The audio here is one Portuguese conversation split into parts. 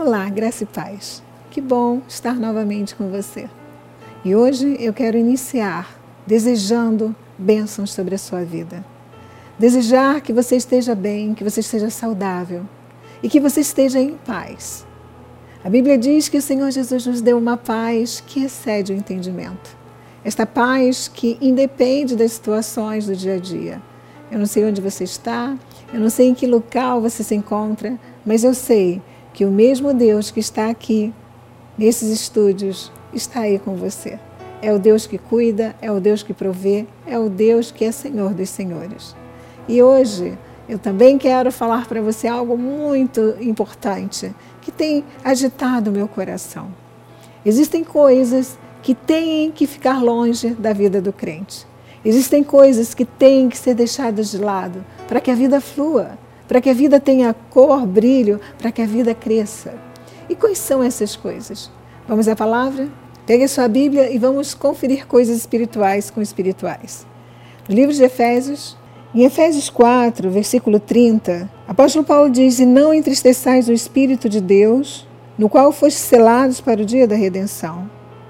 Olá, graça e paz. Que bom estar novamente com você. E hoje eu quero iniciar desejando bênçãos sobre a sua vida. Desejar que você esteja bem, que você esteja saudável e que você esteja em paz. A Bíblia diz que o Senhor Jesus nos deu uma paz que excede o entendimento. Esta paz que independe das situações do dia a dia. Eu não sei onde você está, eu não sei em que local você se encontra, mas eu sei que o mesmo Deus que está aqui, nesses estúdios, está aí com você. É o Deus que cuida, é o Deus que provê, é o Deus que é Senhor dos Senhores. E hoje eu também quero falar para você algo muito importante que tem agitado o meu coração. Existem coisas que têm que ficar longe da vida do crente. Existem coisas que têm que ser deixadas de lado para que a vida flua, para que a vida tenha cor, brilho, para que a vida cresça. E quais são essas coisas? Vamos à palavra? Pegue a sua Bíblia e vamos conferir coisas espirituais com espirituais. No livro de Efésios, em Efésios 4, versículo 30, o apóstolo Paulo diz: "E não entristeçais o Espírito de Deus, no qual fostes selados para o dia da redenção.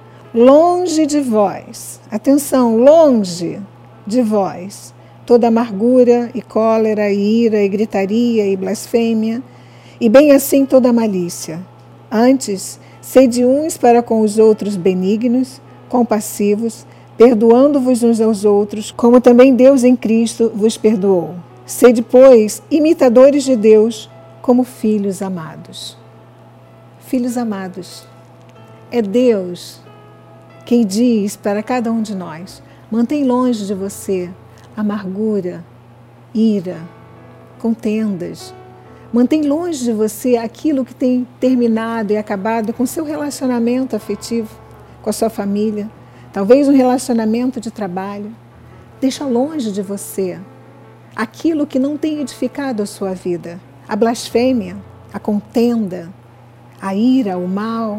Longe de vós", atenção, longe de vós, toda amargura e cólera e ira e gritaria e blasfêmia, e bem assim toda malícia. Antes, sede uns para com os outros benignos, compassivos, perdoando-vos uns aos outros, como também Deus em Cristo vos perdoou. Sede, pois, imitadores de Deus, como filhos amados. Filhos amados, é Deus quem diz para cada um de nós: mantém longe de você amargura, ira, contendas. Mantém longe de você aquilo que tem terminado e acabado com seu relacionamento afetivo, com a sua família, talvez um relacionamento de trabalho. Deixa longe de você aquilo que não tem edificado a sua vida, a blasfêmia, a contenda, a ira, o mal.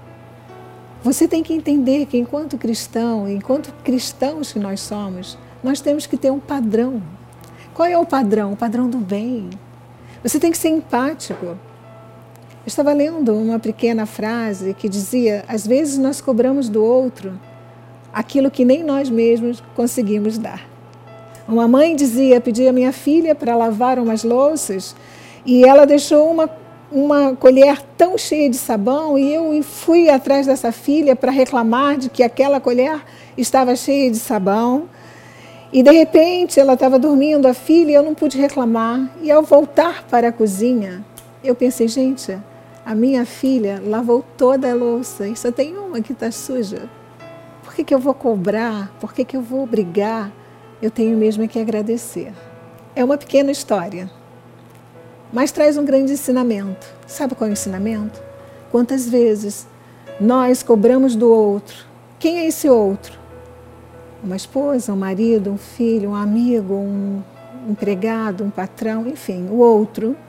Você tem que entender que enquanto cristão, enquanto cristãos que nós somos, nós temos que ter um padrão. Qual é o padrão? O padrão do bem. Você tem que ser empático. Eu estava lendo uma pequena frase que dizia: às vezes nós cobramos do outro aquilo que nem nós mesmos conseguimos dar. Uma mãe pedia a minha filha para lavar umas louças e ela deixou uma colher tão cheia de sabão e eu fui atrás dessa filha para reclamar de que aquela colher estava cheia de sabão. E de repente ela estava dormindo, a filha, e eu não pude reclamar. E ao voltar para a cozinha, eu pensei: gente, a minha filha lavou toda a louça e só tem uma que está suja. Por que eu vou cobrar? Por que eu vou brigar? Eu tenho mesmo que agradecer. É uma pequena história, mas traz um grande ensinamento. Sabe qual é o ensinamento? Quantas vezes nós cobramos do outro? Quem é esse outro? Uma esposa, um marido, um filho, um amigo, um empregado, um patrão, enfim, o outro.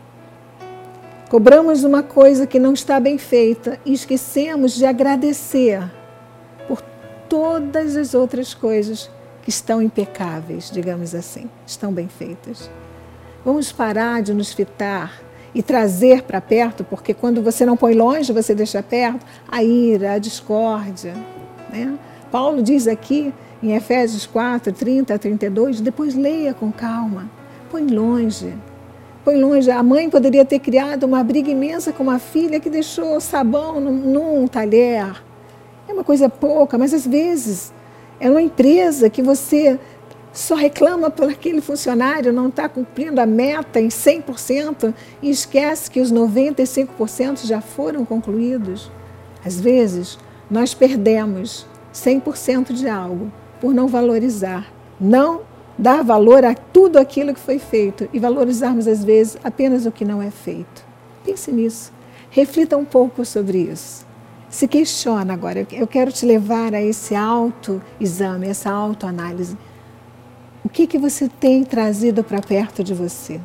Cobramos uma coisa que não está bem feita e esquecemos de agradecer por todas as outras coisas que estão impecáveis, digamos assim, estão bem feitas. Vamos parar de nos fitar e trazer para perto, porque quando você não põe longe, você deixa perto, a ira, a discórdia, né? Paulo diz aqui em Efésios 4, 30 a 32, depois leia com calma, põe longe. Põe longe. A mãe poderia ter criado uma briga imensa com uma filha que deixou sabão num talher. É uma coisa pouca, mas às vezes é uma empresa que você só reclama por aquele funcionário, não está cumprindo a meta em 100% e esquece que os 95% já foram concluídos. Às vezes, nós perdemos 100% de algo por não valorizar, não dar valor a tudo aquilo que foi feito e valorizarmos, às vezes, apenas o que não é feito. Pense nisso. Reflita um pouco sobre isso. Se questiona agora. Eu quero te levar a esse autoexame, essa autoanálise. O que você tem trazido para perto de você?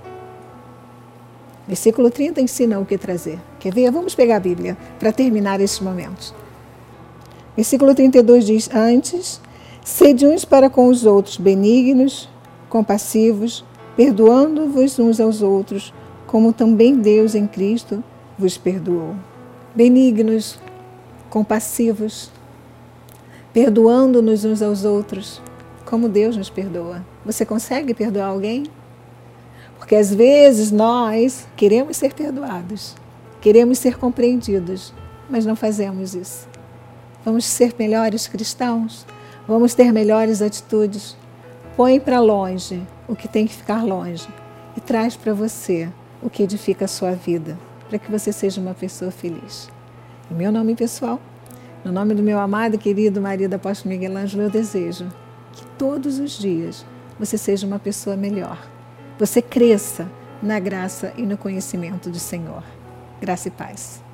Versículo 30 ensina o que trazer. Quer ver? Vamos pegar a Bíblia para terminar estes momentos. Versículo 32 diz: antes, sede uns para com os outros benignos, compassivos, perdoando-vos uns aos outros, como também Deus em Cristo vos perdoou. Benignos, compassivos, perdoando-nos uns aos outros, como Deus nos perdoa. Você consegue perdoar alguém? Porque às vezes nós queremos ser perdoados, queremos ser compreendidos, mas não fazemos isso. Vamos ser melhores cristãos? Vamos ter melhores atitudes? Põe para longe o que tem que ficar longe e traz para você o que edifica a sua vida, para que você seja uma pessoa feliz. Em meu nome pessoal, no nome do meu amado e querido marido apóstolo Miguel Ângelo, eu desejo que todos os dias você seja uma pessoa melhor. Você cresça na graça e no conhecimento do Senhor. Graça e paz.